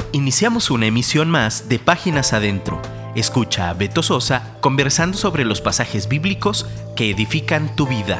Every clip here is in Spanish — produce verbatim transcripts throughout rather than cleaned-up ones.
Iniciamos una emisión más de Páginas Adentro. Escucha a Beto Sosa conversando sobre los pasajes bíblicos que edifican tu vida.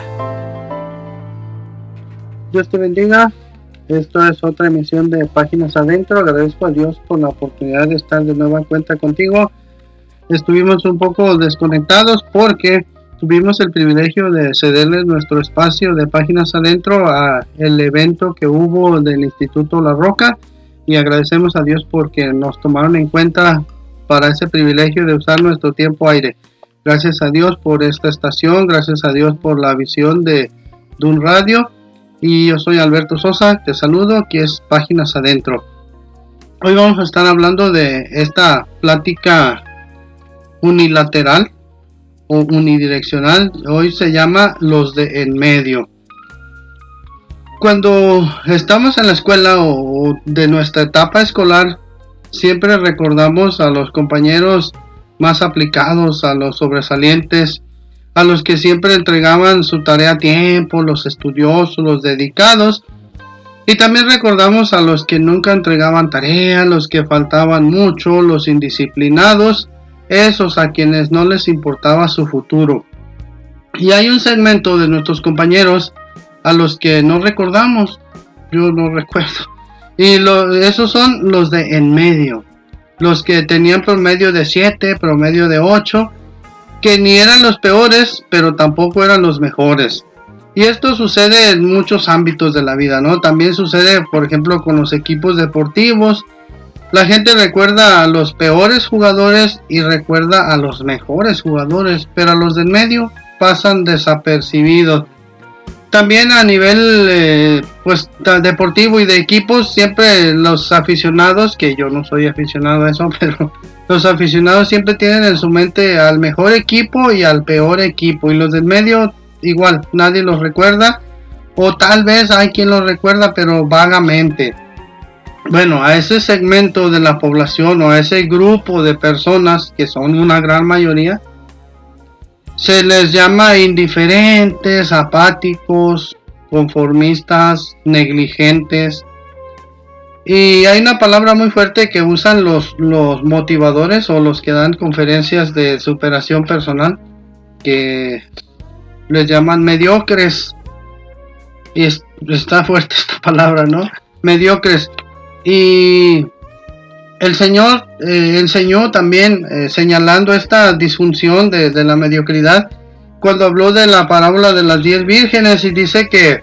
Dios te bendiga. Esto es otra emisión de Páginas Adentro. Agradezco a Dios por la oportunidad de estar de nueva cuenta contigo. Estuvimos un poco desconectados porque tuvimos el privilegio de cederles nuestro espacio de Páginas Adentro a el evento que hubo del Instituto La Roca, y agradecemos a Dios porque nos tomaron en cuenta para ese privilegio de usar nuestro tiempo aire. Gracias a Dios por esta estación, gracias a Dios por la visión de Dun Radio. Y yo soy Alberto Sosa, te saludo, aquí es Páginas Adentro. Hoy vamos a estar hablando de esta plática unilateral o unidireccional. Hoy se llama los de en medio. Cuando estamos en la escuela o de nuestra etapa escolar, siempre recordamos a los compañeros más aplicados, a los sobresalientes, a los que siempre entregaban su tarea a tiempo, los estudiosos, los dedicados. Y también recordamos a los que nunca entregaban tarea, los que faltaban mucho, los indisciplinados, esos a quienes no les importaba su futuro. Y hay un segmento de nuestros compañeros a los que no recordamos, yo no recuerdo. Y lo, esos son los de en medio, los que tenían promedio de siete, promedio de ocho, que ni eran los peores, pero tampoco eran los mejores. Y esto sucede en muchos ámbitos de la vida, ¿no? También sucede, por ejemplo, con los equipos deportivos. La gente recuerda a los peores jugadores y recuerda a los mejores jugadores, pero a los del medio pasan desapercibidos. También a nivel eh, pues deportivo y de equipos, siempre los aficionados, que yo no soy aficionado a eso, pero los aficionados siempre tienen en su mente al mejor equipo y al peor equipo, y los del medio igual, nadie los recuerda, o tal vez hay quien los recuerda pero vagamente. Bueno, a ese segmento de la población o a ese grupo de personas, que son una gran mayoría, se les llama indiferentes, apáticos, conformistas, negligentes. Y hay una palabra muy fuerte que usan los, los motivadores o los que dan conferencias de superación personal, que les llaman mediocres. Y es, está fuerte esta palabra, ¿no? Mediocres. Y el Señor eh, enseñó también eh, señalando esta disfunción de, de la mediocridad cuando habló de la parábola de las diez vírgenes, y dice que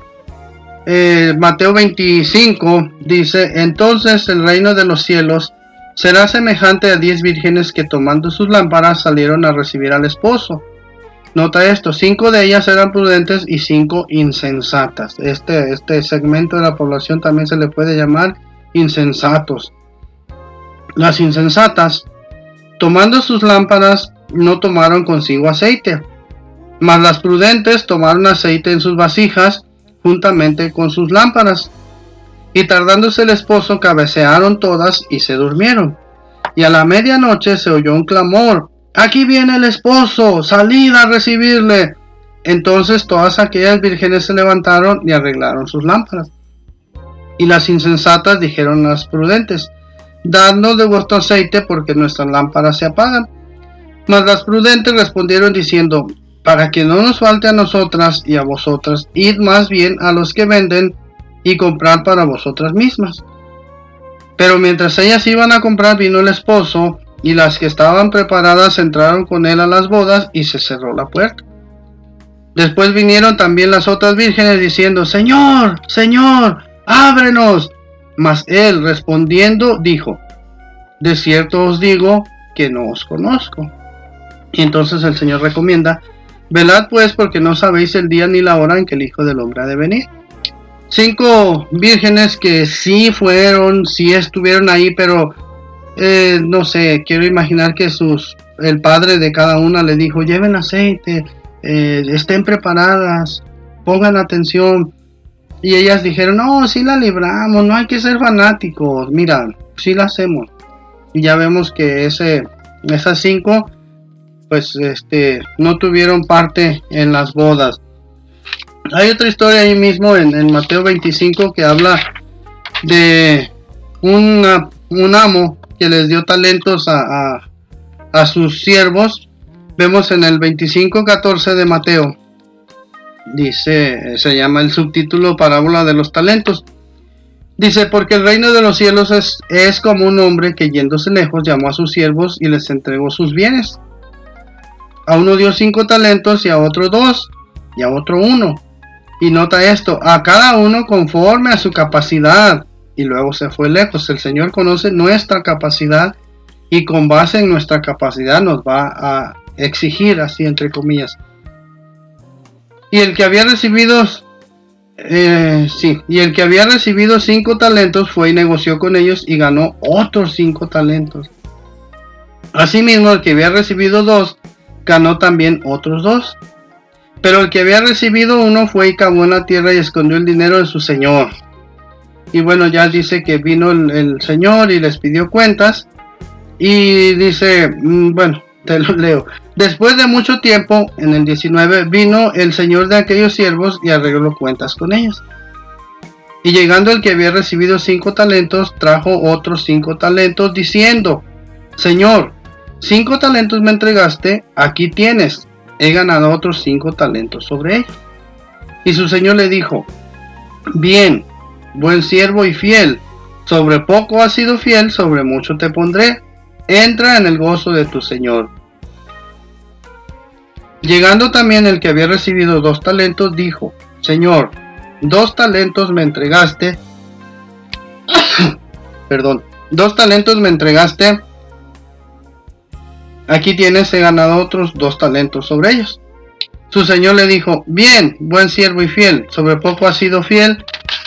eh, Mateo veinticinco dice: entonces el reino de los cielos será semejante a diez vírgenes que tomando sus lámparas salieron a recibir al esposo. Nota esto, cinco de ellas eran prudentes y cinco insensatas. Este, este segmento de la población también se le puede llamar insensatos. Las insensatas, tomando sus lámparas, no tomaron consigo aceite, mas las prudentes tomaron aceite en sus vasijas juntamente con sus lámparas. Y tardándose el esposo, cabecearon todas y se durmieron. Y a la medianoche se oyó un clamor: ¡aquí viene el esposo! ¡Salid a recibirle! Entonces todas aquellas vírgenes se levantaron y arreglaron sus lámparas. Y las insensatas dijeron a las prudentes: dadnos de vuestro aceite, porque nuestras lámparas se apagan. Mas las prudentes respondieron diciendo: para que no nos falte a nosotras y a vosotras, id más bien a los que venden y comprad para vosotras mismas. Pero mientras ellas iban a comprar, vino el esposo, y las que estaban preparadas entraron con él a las bodas, y se cerró la puerta. Después vinieron también las otras vírgenes diciendo: Señor, Señor, ábrenos. Mas él respondiendo dijo: de cierto os digo que no os conozco. Y entonces el Señor recomienda: velad pues, porque no sabéis el día ni la hora en que el Hijo del Hombre ha de venir. Cinco vírgenes que sí fueron, sí estuvieron ahí, pero eh, no sé, quiero imaginar que sus el padre de cada una le dijo: lleven aceite, eh, estén preparadas, pongan atención. Y ellas dijeron: no, sí la libramos, no hay que ser fanáticos, mira, sí la hacemos. Y ya vemos que ese, esas cinco, pues este, no tuvieron parte en las bodas. Hay otra historia ahí mismo en, en Mateo veinticinco que habla de una un amo que les dio talentos a, a, a sus siervos. Vemos en el veinticinco catorce de Mateo, dice, se llama el subtítulo Parábola de los talentos. Dice, porque el reino de los cielos es, es como un hombre que yéndose lejos llamó a sus siervos y les entregó sus bienes. A uno dio cinco talentos y a otro dos y a otro uno. Y nota esto, a cada uno conforme a su capacidad. Y luego se fue lejos. El Señor conoce nuestra capacidad y con base en nuestra capacidad nos va a exigir, así entre comillas. Y el que había recibido Eh, sí, y el que había recibido cinco talentos fue y negoció con ellos y ganó otros cinco talentos. Asimismo, el que había recibido dos, ganó también otros dos. Pero el que había recibido uno fue y cavó en la tierra y escondió el dinero de su señor. Y bueno, ya dice que vino el, el señor y les pidió cuentas. Y dice, mmm, bueno, te lo leo. Después de mucho tiempo, en el diecinueve, vino el señor de aquellos siervos y arregló cuentas con ellos. Y llegando el que había recibido cinco talentos, trajo otros cinco talentos, diciendo, Señor, cinco talentos me entregaste, aquí tienes, he ganado otros cinco talentos sobre ellos. Y su señor le dijo, bien, buen siervo y fiel, sobre poco has sido fiel, sobre mucho te pondré, entra en el gozo de tu señor. Llegando también el que había recibido dos talentos, dijo, Señor, dos talentos me entregaste, perdón, dos talentos me entregaste, aquí tienes, he ganado otros dos talentos sobre ellos. Su señor le dijo, bien, buen siervo y fiel, sobre poco has sido fiel,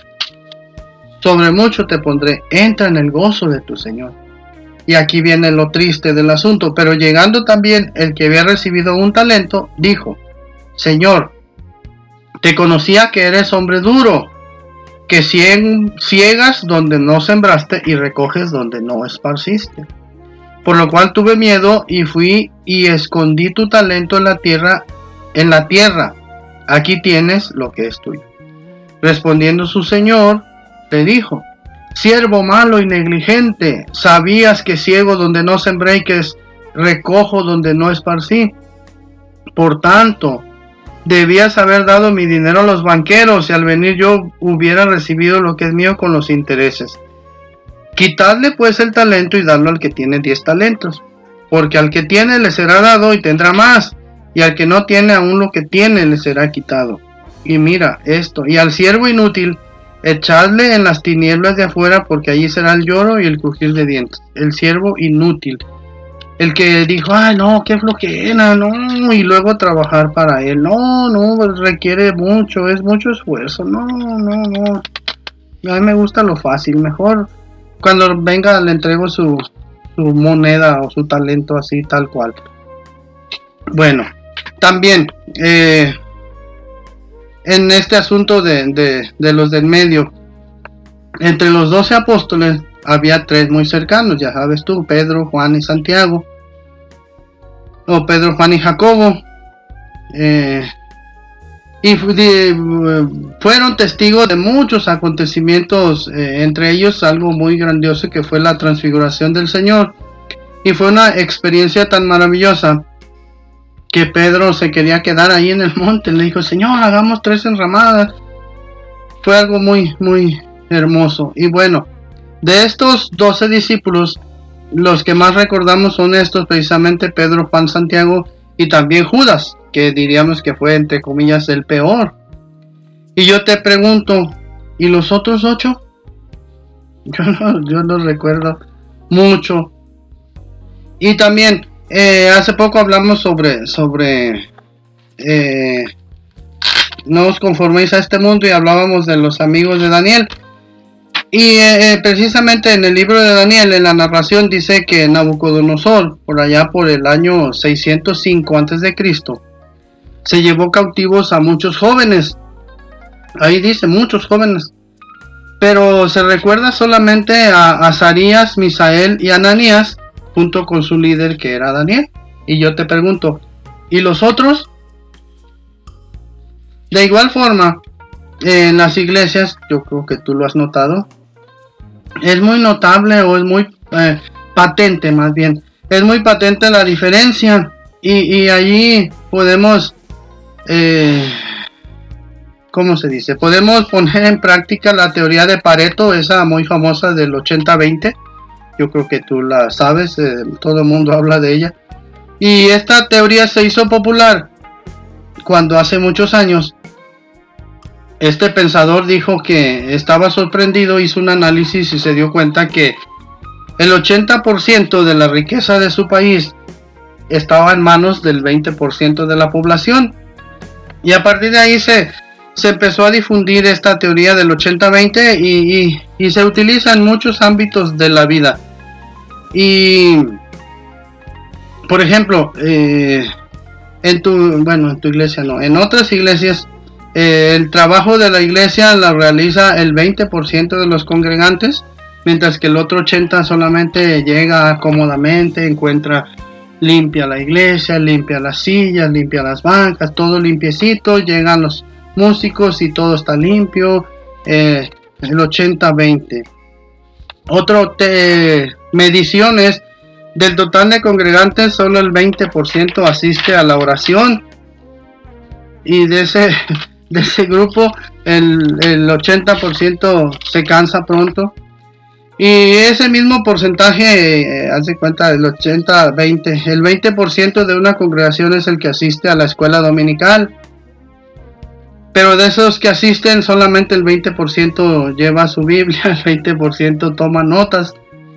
sobre mucho te pondré, entra en el gozo de tu señor. Y aquí viene lo triste del asunto. Pero llegando también el que había recibido un talento, dijo, Señor, te conocía que eres hombre duro, que ciegas donde no sembraste y recoges donde no esparciste. Por lo cual tuve miedo y fui y escondí tu talento en la tierra, en la tierra. Aquí tienes lo que es tuyo. Respondiendo su señor, le dijo, siervo malo y negligente, sabías que ciego donde no sembré y que recojo donde no esparcí. Por tanto, debías haber dado mi dinero a los banqueros y al venir yo hubiera recibido lo que es mío con los intereses. Quitadle pues el talento y dadlo al que tiene diez talentos, porque al que tiene le será dado y tendrá más, y al que no tiene aún lo que tiene le será quitado. Y mira esto, y al siervo inútil, echadle en las tinieblas de afuera, porque allí será el lloro y el crujir de dientes. El siervo inútil, el que dijo, ay no, qué flojera, no, y luego trabajar para él, no, no, requiere mucho, es mucho esfuerzo, no, no, no, a mí me gusta lo fácil, mejor cuando venga le entrego su, su moneda o su talento así, tal cual. Bueno, también, eh, en este asunto de, de, de los del medio, entre los doce apóstoles había tres muy cercanos, ya sabes tú, Pedro, Juan y Santiago, o Pedro, Juan y Jacobo, eh, y de, fueron testigos de muchos acontecimientos, eh, entre ellos algo muy grandioso que fue la transfiguración del Señor, y fue una experiencia tan maravillosa que Pedro se quería quedar ahí en el monte. Le dijo, Señor, hagamos tres enramadas. Fue algo muy, muy hermoso. Y bueno, de estos doce discípulos, los que más recordamos son estos, precisamente Pedro, Juan, Santiago y también Judas, que diríamos que fue, entre comillas, el peor. Y yo te pregunto, ¿y los otros ocho? Yo no, yo no recuerdo mucho. Y también, Eh, hace poco hablamos sobre sobre eh, no os conforméis a este mundo y hablábamos de los amigos de Daniel y eh, precisamente en el libro de Daniel, en la narración dice que Nabucodonosor, por allá por el año seiscientos cinco antes de Cristo, se llevó cautivos a muchos jóvenes. Ahí dice muchos jóvenes, pero se recuerda solamente a Azarías, Misael y Ananías, junto con su líder que era Daniel. Y yo te pregunto, ¿y los otros? De igual forma, en las iglesias, yo creo que tú lo has notado, es muy notable o es muy eh, patente, más bien, es muy patente la diferencia, y, y allí podemos, eh, ¿cómo se dice? Podemos poner en práctica la teoría de Pareto, esa muy famosa del ochenta veinte. Yo creo que tú la sabes, eh, todo el mundo habla de ella. Y esta teoría se hizo popular cuando hace muchos años este pensador dijo que estaba sorprendido, hizo un análisis y se dio cuenta que el ochenta por ciento de la riqueza de su país estaba en manos del veinte por ciento de la población. Y a partir de ahí se, se empezó a difundir esta teoría del ochenta veinte y, y, y se utiliza en muchos ámbitos de la vida. Y, por ejemplo, eh, en tu, bueno, en tu iglesia no, en otras iglesias, eh, el trabajo de la iglesia la realiza el veinte por ciento de los congregantes, mientras que el otro ochenta por ciento solamente llega cómodamente, encuentra limpia la iglesia, limpia las sillas, limpia las bancas, todo limpiecito, llegan los músicos y todo está limpio, eh, el ochenta veinte. Otro te, mediciones del total de congregantes, solo el veinte por ciento asiste a la oración, y de ese, de ese grupo el, el ochenta por ciento se cansa pronto. Y ese mismo porcentaje, eh, hace cuenta del ochenta veinte, el veinte por ciento de una congregación es el que asiste a la escuela dominical. Pero de esos que asisten, solamente el veinte por ciento lleva su Biblia, el veinte por ciento toma notas.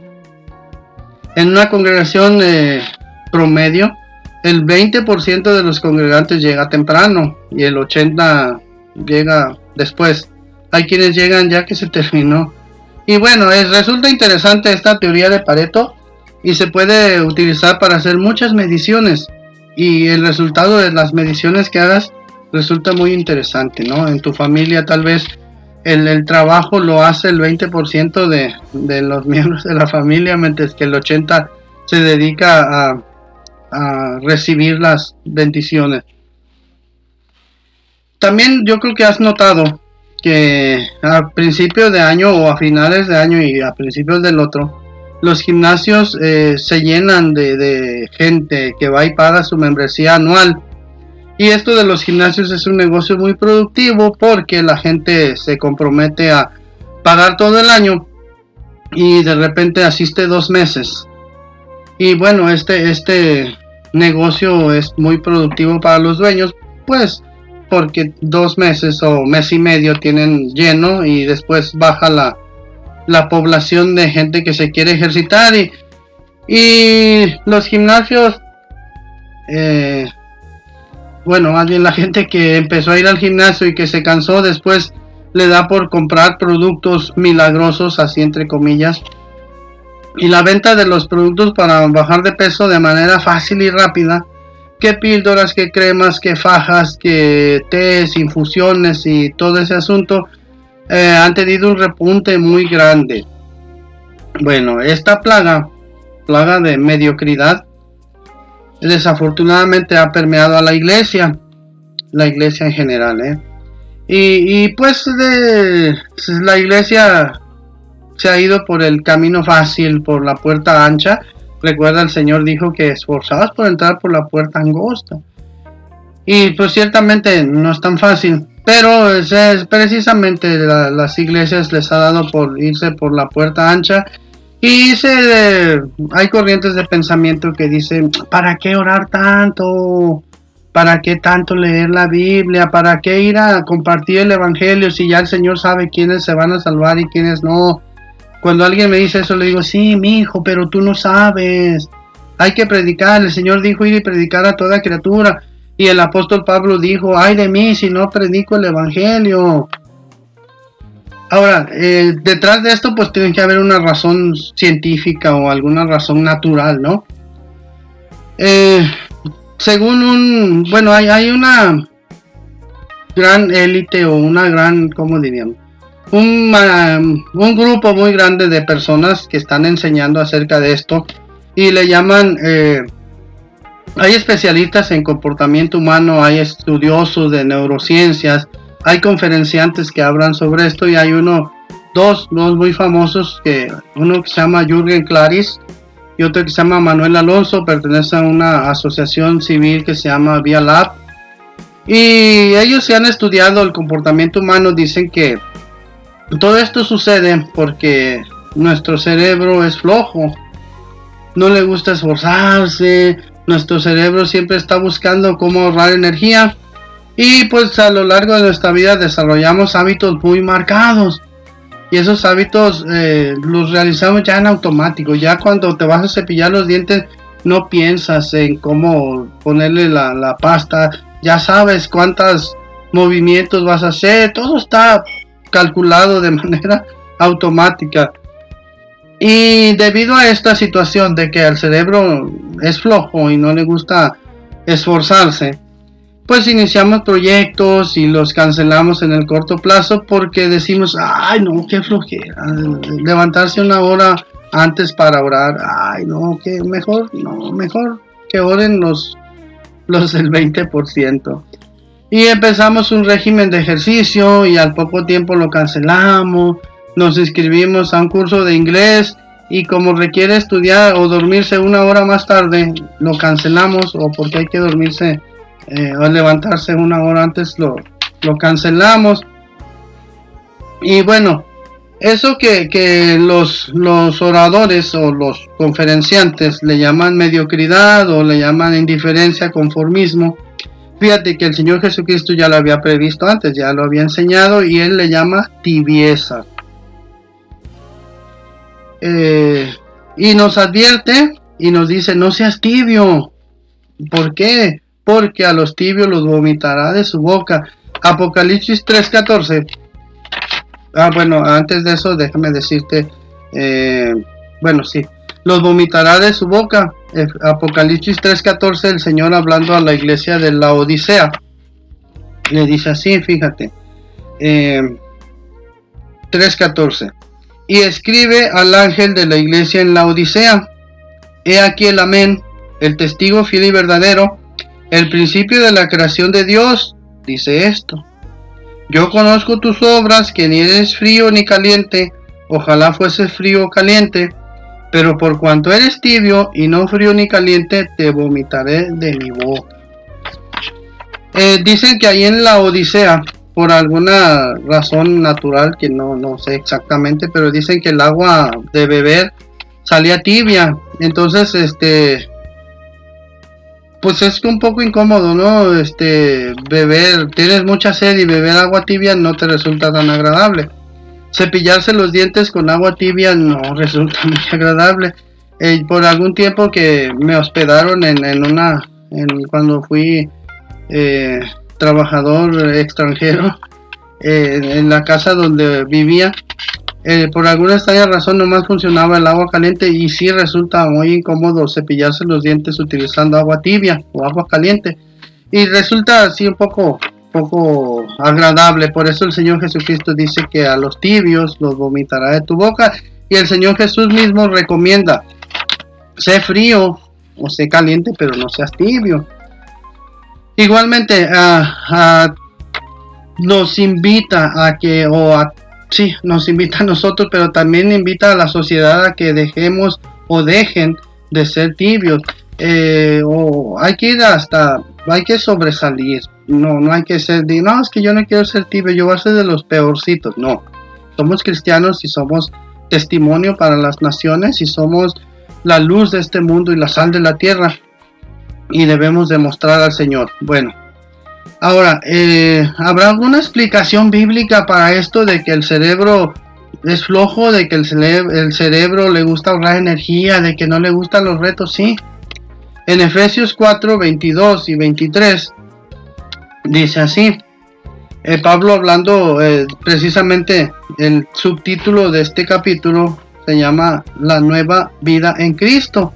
En una congregación eh, promedio, el veinte por ciento de los congregantes llega temprano y el ochenta por ciento llega después. Hay quienes llegan ya que se terminó. Y bueno, es, resulta interesante esta teoría de Pareto y se puede utilizar para hacer muchas mediciones. Y el resultado de las mediciones que hagas resulta muy interesante, ¿no? En tu familia tal vez el, el trabajo lo hace el veinte por ciento de, de los miembros de la familia, mientras que el ochenta por ciento se dedica a, a recibir las bendiciones. También yo creo que has notado que a principios de año o a finales de año y a principios del otro, los gimnasios eh, se llenan de, de gente que va y paga su membresía anual. Y esto de los gimnasios es un negocio muy productivo porque la gente se compromete a pagar todo el año y de repente asiste dos meses. Y bueno, este, este negocio es muy productivo para los dueños, pues porque dos meses o mes y medio tienen lleno y después baja la, la población de gente que se quiere ejercitar. Y, y los gimnasios... Eh, Bueno, más bien la gente que empezó a ir al gimnasio y que se cansó, después le da por comprar productos milagrosos, así entre comillas. Y la venta de los productos para bajar de peso de manera fácil y rápida, que píldoras, que cremas, que fajas, que tés, infusiones y todo ese asunto, eh, han tenido un repunte muy grande. Bueno, esta plaga, plaga de mediocridad, desafortunadamente ha permeado a la iglesia, la iglesia en general, ¿eh? y, y pues de, la iglesia se ha ido por el camino fácil, por la puerta ancha. Recuerda, el Señor dijo que esforzados por entrar por la puerta angosta, y pues ciertamente no es tan fácil, pero es, es precisamente la, las iglesias les ha dado por irse por la puerta ancha. Y se, hay corrientes de pensamiento que dicen, ¿para qué orar tanto? ¿Para qué tanto leer la Biblia? ¿Para qué ir a compartir el Evangelio si ya el Señor sabe quiénes se van a salvar y quiénes no? Cuando alguien me dice eso, le digo, sí, mi hijo, pero tú no sabes. Hay que predicar. El Señor dijo ir y predicar a toda criatura. Y el apóstol Pablo dijo, ay de mí si no predico el Evangelio. Ahora, eh, detrás de esto pues tiene que haber una razón científica o alguna razón natural, ¿no? Eh, según un, bueno, hay, hay una gran élite o una gran, ¿cómo diríamos? Un, um, un grupo muy grande de personas que están enseñando acerca de esto y le llaman, eh, hay especialistas en comportamiento humano, hay estudiosos de neurociencias, hay conferenciantes que hablan sobre esto y hay uno dos, dos muy famosos, que uno que se llama Jürgen Klaris y otro que se llama Manuel Alonso, pertenece a una asociación civil que se llama Via Lab, y ellos se han estudiado el comportamiento humano. Dicen que todo esto sucede porque nuestro cerebro es flojo, no le gusta esforzarse, nuestro cerebro siempre está buscando cómo ahorrar energía, y pues a lo largo de nuestra vida desarrollamos hábitos muy marcados, y esos hábitos eh, los realizamos ya en automático. Ya cuando te vas a cepillar los dientes no piensas en cómo ponerle la, la pasta, ya sabes cuántos movimientos vas a hacer, todo está calculado de manera automática. Y debido a esta situación de que el cerebro es flojo y no le gusta esforzarse, pues iniciamos proyectos y los cancelamos en el corto plazo porque decimos, ay no, qué flojera, levantarse una hora antes para orar, ay no, que mejor, no, mejor que oren los, los del veinte por ciento. Y empezamos un régimen de ejercicio y al poco tiempo lo cancelamos, nos inscribimos a un curso de inglés y como requiere estudiar o dormirse una hora más tarde, lo cancelamos, o porque hay que dormirse Eh, o levantarse una hora antes, lo, lo cancelamos. Y bueno, eso que, que los, los oradores o los conferenciantes le llaman mediocridad o le llaman indiferencia, conformismo, fíjate que el Señor Jesucristo ya lo había previsto antes, ya lo había enseñado, y Él le llama tibieza. Eh, y nos advierte y nos dice, no seas tibio. ¿Por qué? Porque a los tibios los vomitará de su boca. Apocalipsis tres catorce. Ah, bueno, antes de eso déjame decirte, eh, bueno, sí, los vomitará de su boca. eh, Apocalipsis tres catorce, el Señor hablando a la iglesia de la Odisea, le dice así, fíjate, eh, tres catorce, y escribe al ángel de la iglesia en la Odisea, he aquí el amén, el testigo fiel y verdadero, el principio de la creación de Dios, dice esto. Yo conozco tus obras, que ni eres frío ni caliente, ojalá fueses frío o caliente, pero por cuanto eres tibio y no frío ni caliente, te vomitaré de mi boca. Eh, dicen que ahí en la Odisea, por alguna razón natural que no, no sé exactamente, pero dicen que el agua de beber salía tibia, entonces este... pues es un poco incómodo, ¿no? Este, beber, tienes mucha sed y beber agua tibia no te resulta tan agradable. Cepillarse los dientes con agua tibia no resulta muy agradable. Eh, por algún tiempo que me hospedaron en, en una, en, cuando fui eh, trabajador extranjero, eh, en la casa donde vivía, Eh, por alguna extraña razón nomás funcionaba el agua caliente, y sí resulta muy incómodo cepillarse los dientes utilizando agua tibia o agua caliente, y resulta así un poco, poco agradable. Por eso el Señor Jesucristo dice que a los tibios los vomitará de tu boca, y el Señor Jesús mismo recomienda, sé frío o sé caliente, pero no seas tibio. Igualmente uh, uh, nos invita a que, o a Sí, nos invita a nosotros, pero también invita a la sociedad a que dejemos o dejen de ser tibios. Eh, o hay que ir hasta, hay que sobresalir. No, no hay que ser, no, es que yo no quiero ser tibio, yo voy a ser de los peorcitos. No, somos cristianos y somos testimonio para las naciones y somos la luz de este mundo y la sal de la tierra. Y debemos demostrar al Señor. Bueno. Ahora, eh, ¿habrá alguna explicación bíblica para esto de que el cerebro es flojo, de que el, cere- el cerebro le gusta ahorrar energía, de que no le gustan los retos? Sí. En Efesios cuatro, veintidós y veintitrés dice así, eh, Pablo hablando eh, precisamente, el subtítulo de este capítulo se llama La nueva vida en Cristo.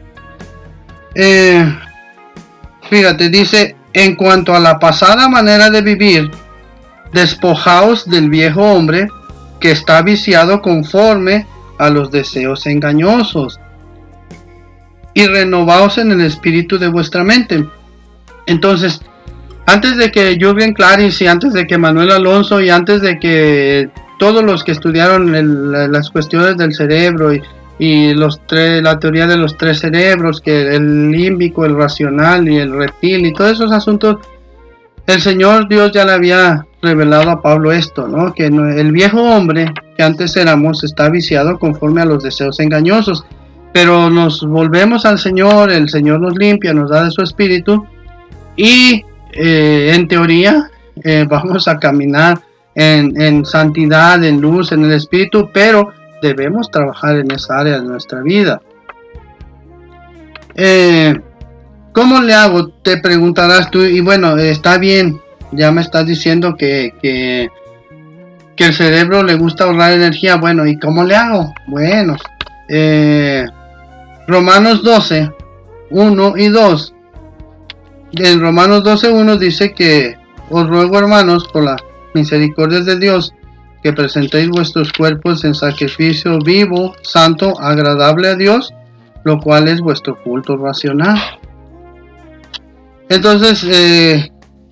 Eh, fíjate, dice, en cuanto a la pasada manera de vivir, despojaos del viejo hombre que está viciado conforme a los deseos engañosos, y renovaos en el espíritu de vuestra mente. Entonces, antes de que Jürgen Klaris y antes de que Manuel Alonso y antes de que todos los que estudiaron el, las cuestiones del cerebro y, y los tres, la teoría de los tres cerebros, que el límbico, el racional y el reptil y todos esos asuntos, el Señor Dios ya le había revelado a Pablo esto, ¿no? Que el viejo hombre que antes éramos está viciado conforme a los deseos engañosos, pero nos volvemos al Señor, el Señor nos limpia, nos da de su espíritu y eh, en teoría eh, vamos a caminar en, en santidad, en luz, en el espíritu, pero debemos trabajar en esa área de nuestra vida. Eh, ¿Cómo le hago? Te preguntarás tú, y bueno, está bien, ya me estás diciendo que, que, que el cerebro le gusta ahorrar energía. Bueno, ¿y cómo le hago? Bueno, eh, Romanos doce, uno y dos. En Romanos doce, uno dice que os ruego, hermanos, por las misericordias de Dios, que presentéis vuestros cuerpos en sacrificio vivo, santo, agradable a Dios, lo cual es vuestro culto racional. Entonces, eh,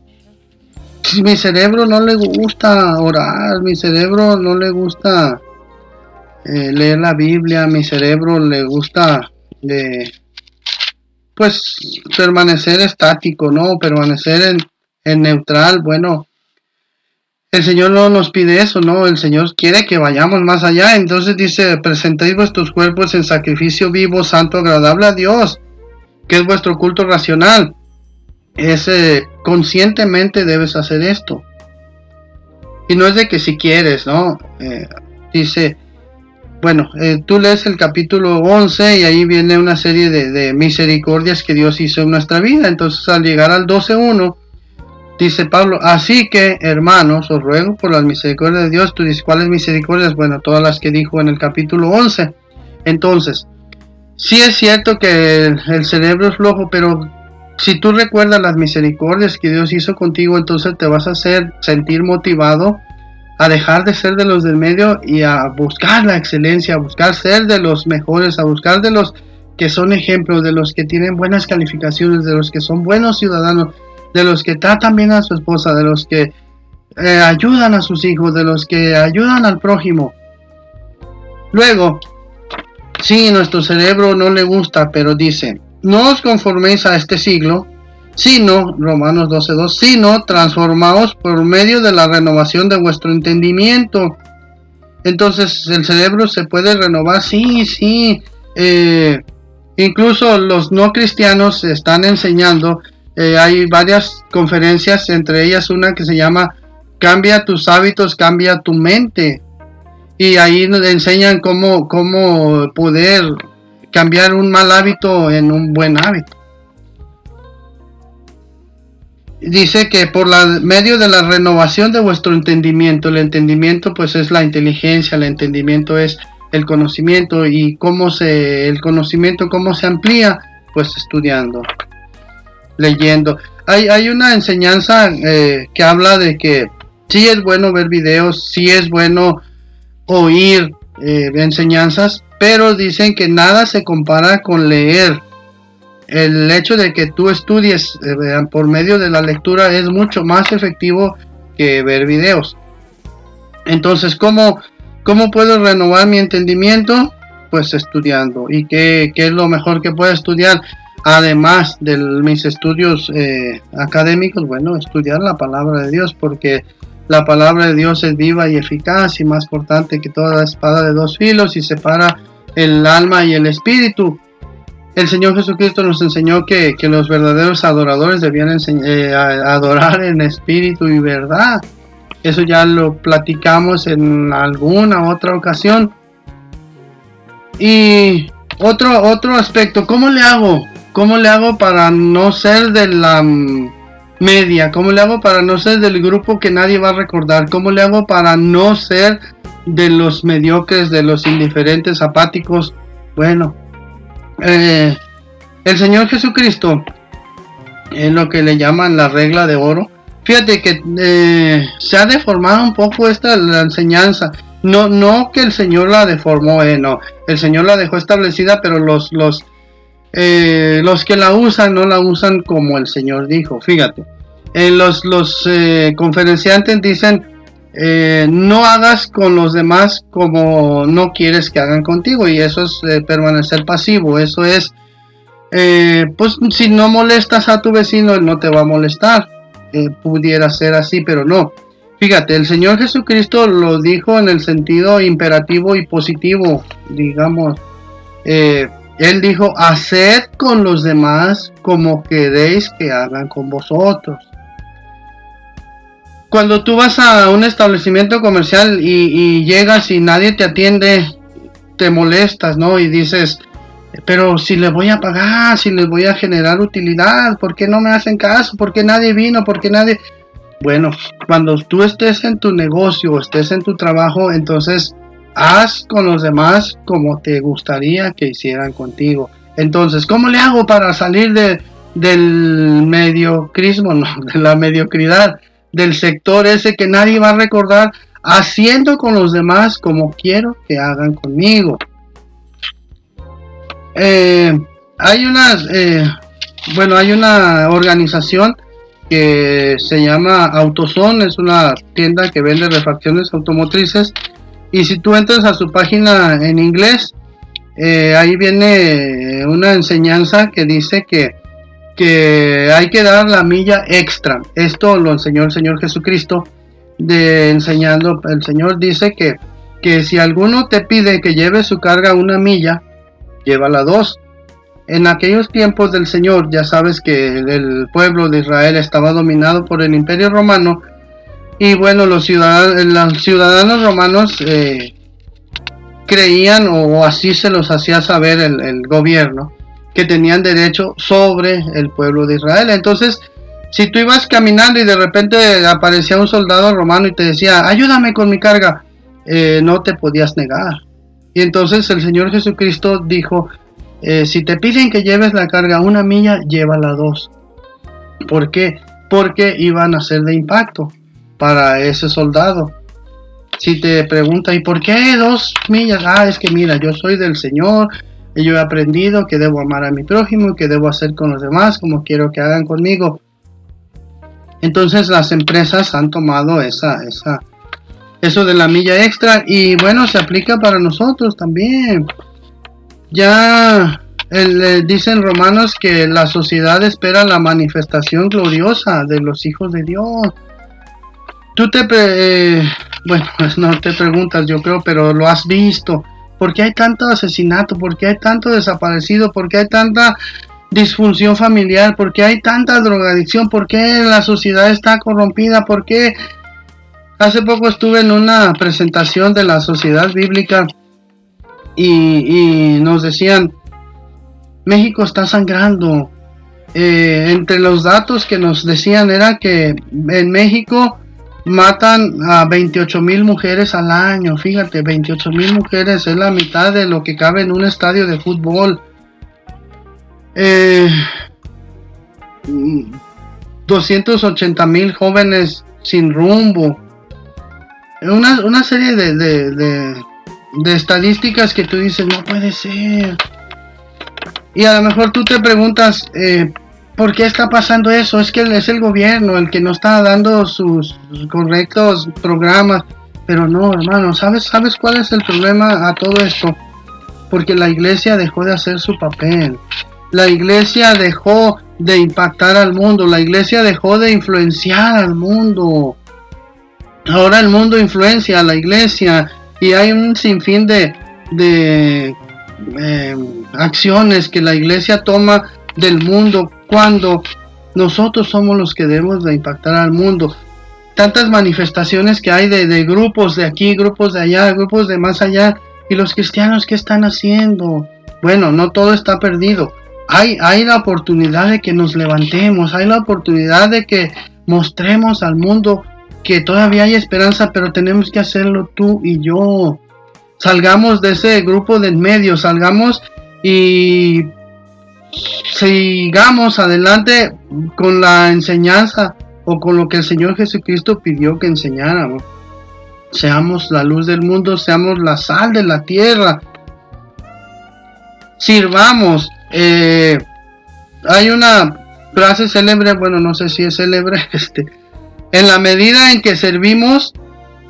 mi cerebro no le gusta orar, mi cerebro no le gusta eh, leer la Biblia, mi cerebro le gusta eh, pues permanecer estático, ¿no? Permanecer en, en neutral. Bueno, el Señor no nos pide eso, ¿no? El Señor quiere que vayamos más allá. Entonces dice, presentéis vuestros cuerpos en sacrificio vivo, santo, agradable a Dios, que es vuestro culto racional. Es eh, conscientemente debes hacer esto. Y no es de que si quieres, ¿no? Eh, dice, bueno, eh, tú lees el capítulo once y ahí viene una serie de, de misericordias que Dios hizo en nuestra vida. Entonces al llegar al doce uno, dice Pablo, así que hermanos, os ruego por las misericordias de Dios. Tú dices, ¿cuáles misericordias? Bueno, todas las que dijo en el capítulo once. Entonces, sí es cierto que el, el cerebro es flojo, pero si tú recuerdas las misericordias que Dios hizo contigo, entonces te vas a hacer sentir motivado a dejar de ser de los del medio y a buscar la excelencia, a buscar ser de los mejores, a buscar de los que son ejemplos, de los que tienen buenas calificaciones, de los que son buenos ciudadanos, de los que tratan bien a su esposa, de los que eh, ayudan a sus hijos, de los que ayudan al prójimo. Luego, sí, nuestro cerebro no le gusta, pero dice, no os conforméis a este siglo, sino, Romanos doce dos, sino transformaos por medio de la renovación de vuestro entendimiento. Entonces, el cerebro se puede renovar, sí, sí. Eh, incluso los no cristianos están enseñando, eh, hay varias conferencias, entre ellas una que se llama Cambia tus hábitos, cambia tu mente. Y ahí nos enseñan cómo, cómo poder cambiar un mal hábito en un buen hábito. Dice que por la medio de la renovación de vuestro entendimiento, el entendimiento pues es la inteligencia, el entendimiento es el conocimiento, y cómo se, el conocimiento cómo se amplía, pues estudiando, leyendo. Hay, hay una enseñanza eh, que habla de que sí es bueno ver videos, sí es bueno oír eh, enseñanzas, pero dicen que nada se compara con leer. El hecho de que tú estudies eh, por medio de la lectura es mucho más efectivo que ver videos. Entonces, ¿cómo, cómo puedo renovar mi entendimiento? Pues estudiando. ¿Y qué, qué es lo mejor que puedo estudiar? Además de mis estudios eh, académicos, bueno, estudiar la palabra de Dios, porque la palabra de Dios es viva y eficaz y más cortante que toda espada de dos filos y separa el alma y el espíritu. El Señor Jesucristo nos enseñó que, que los verdaderos adoradores debían enseñ- eh, adorar en espíritu y verdad. Eso ya lo platicamos en alguna otra ocasión. Y otro, otro aspecto, ¿cómo le hago? ¿Cómo le hago para no ser de la media? ¿Cómo le hago para no ser del grupo que nadie va a recordar? ¿Cómo le hago para no ser de los mediocres, de los indiferentes, apáticos? Bueno, Eh, el Señor Jesucristo es lo que le llaman la regla de oro. Fíjate que eh, se ha deformado un poco esta la enseñanza. No, no que el Señor la deformó, eh, no. El Señor la dejó establecida, pero los, los, eh, los que la usan no la usan como el Señor dijo. Fíjate, eh, los, los eh, conferenciantes dicen eh, no hagas con los demás como no quieres que hagan contigo, y eso es eh, permanecer pasivo. Eso es, eh, pues si no molestas a tu vecino, él no te va a molestar. Eh, pudiera ser así, pero no. Fíjate, el Señor Jesucristo lo dijo en el sentido imperativo y positivo, digamos. Eh, él dijo, haced con los demás como queréis que hagan con vosotros. Cuando tú vas a un establecimiento comercial y, y llegas y nadie te atiende, te molestas, ¿no? Y dices, pero si les voy a pagar, si les voy a generar utilidad, ¿por qué no me hacen caso? ¿Por qué nadie vino? ¿Por qué nadie...? Bueno, cuando tú estés en tu negocio, estés en tu trabajo, entonces haz con los demás como te gustaría que hicieran contigo. Entonces, ¿cómo le hago para salir de, del mediocrismo, no, de la mediocridad, del sector ese que nadie va a recordar? Haciendo con los demás como quiero que hagan conmigo. Eh, hay unas, eh, bueno, hay una organización que se llama AutoZone, es una tienda que vende refacciones automotrices, y si tú entras a su página en inglés, eh, ahí viene una enseñanza que dice que, que hay que dar la milla extra. Esto lo enseñó el Señor Jesucristo, de enseñando, el Señor dice que, que si alguno te pide que lleve su carga una milla, llévala dos. En aquellos tiempos del Señor, ya sabes que el pueblo de Israel estaba dominado por el Imperio Romano, y bueno, los ciudadanos, los ciudadanos romanos eh, creían, o así se los hacía saber el, el gobierno, que tenían derecho sobre el pueblo de Israel. Entonces, si tú ibas caminando y de repente aparecía un soldado romano y te decía, ayúdame con mi carga, eh, no te podías negar. Y entonces el Señor Jesucristo dijo, eh, si te piden que lleves la carga una milla, llévala dos. ¿Por qué? Porque iban a ser de impacto para ese soldado. Si te pregunta, ¿y por qué dos millas? Ah, es que mira, yo soy del Señor, y yo he aprendido que debo amar a mi prójimo, que debo hacer con los demás como quiero que hagan conmigo. Entonces las empresas han tomado esa, esa, eso de la milla extra, y bueno, se aplica para nosotros también. Ya el, eh, dicen Romanos que la sociedad espera la manifestación gloriosa de los hijos de Dios. Tú te, eh, bueno, pues no te preguntas, yo creo, pero lo has visto. ¿Por qué hay tanto asesinato? ¿Por qué hay tanto desaparecido? ¿Por qué hay tanta disfunción familiar? ¿Por qué hay tanta drogadicción? ¿Por qué la sociedad está corrompida? ¿Por qué? Hace poco estuve en una presentación de la Sociedad Bíblica y, y nos decían, México está sangrando. Eh, entre los datos que nos decían era que en México matan a veintiocho mil mujeres al año. Fíjate, veintiocho mil mujeres es la mitad de lo que cabe en un estadio de fútbol. Eh, doscientos ochenta mil jóvenes sin rumbo. Una, una serie de, de, de, de estadísticas que tú dices, no puede ser. Y a lo mejor tú te preguntas, eh, ¿por qué está pasando eso? Es que es el gobierno el que no está dando sus correctos programas. Pero no, hermano, ¿sabes, ¿sabes cuál es el problema a todo esto? Porque la iglesia dejó de hacer su papel. La iglesia dejó de impactar al mundo. La iglesia dejó de influenciar al mundo. Ahora el mundo influencia a la iglesia, y hay un sinfín de, de eh, acciones que la iglesia toma del mundo, cuando nosotros somos los que debemos de impactar al mundo. Tantas manifestaciones que hay de, de grupos de aquí, grupos de allá, grupos de más allá, y los cristianos, ¿qué están haciendo? Bueno, no todo está perdido. Hay, hay la oportunidad de que nos levantemos, hay la oportunidad de que mostremos al mundo que todavía hay esperanza, pero tenemos que hacerlo tú y yo. Salgamos de ese grupo del medio, salgamos y sigamos adelante con la enseñanza o con lo que el Señor Jesucristo pidió que enseñáramos. Seamos la luz del mundo, seamos la sal de la tierra. Sirvamos. Eh, hay una frase célebre, bueno, no sé si es célebre, este, en la medida en que servimos,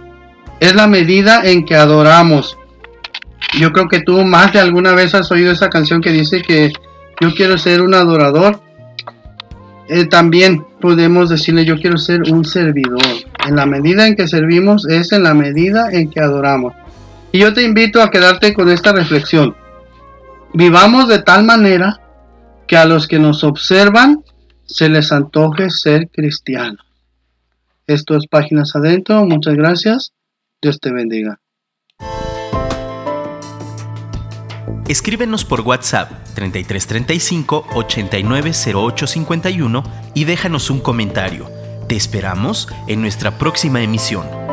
es la medida en que adoramos. Yo creo que tú más de alguna vez has oído esa canción que dice que yo quiero ser un adorador. Eh, también podemos decirle yo quiero ser un servidor. En la medida en que servimos es en la medida en que adoramos. Y yo te invito a quedarte con esta reflexión. Vivamos de tal manera que a los que nos observan se les antoje ser cristianos. Esto es Páginas Adentro. Muchas gracias. Dios te bendiga. Escríbenos por WhatsApp treinta y tres treinta y cinco ochenta y nueve cero ocho cincuenta y uno y déjanos un comentario. Te esperamos en nuestra próxima emisión.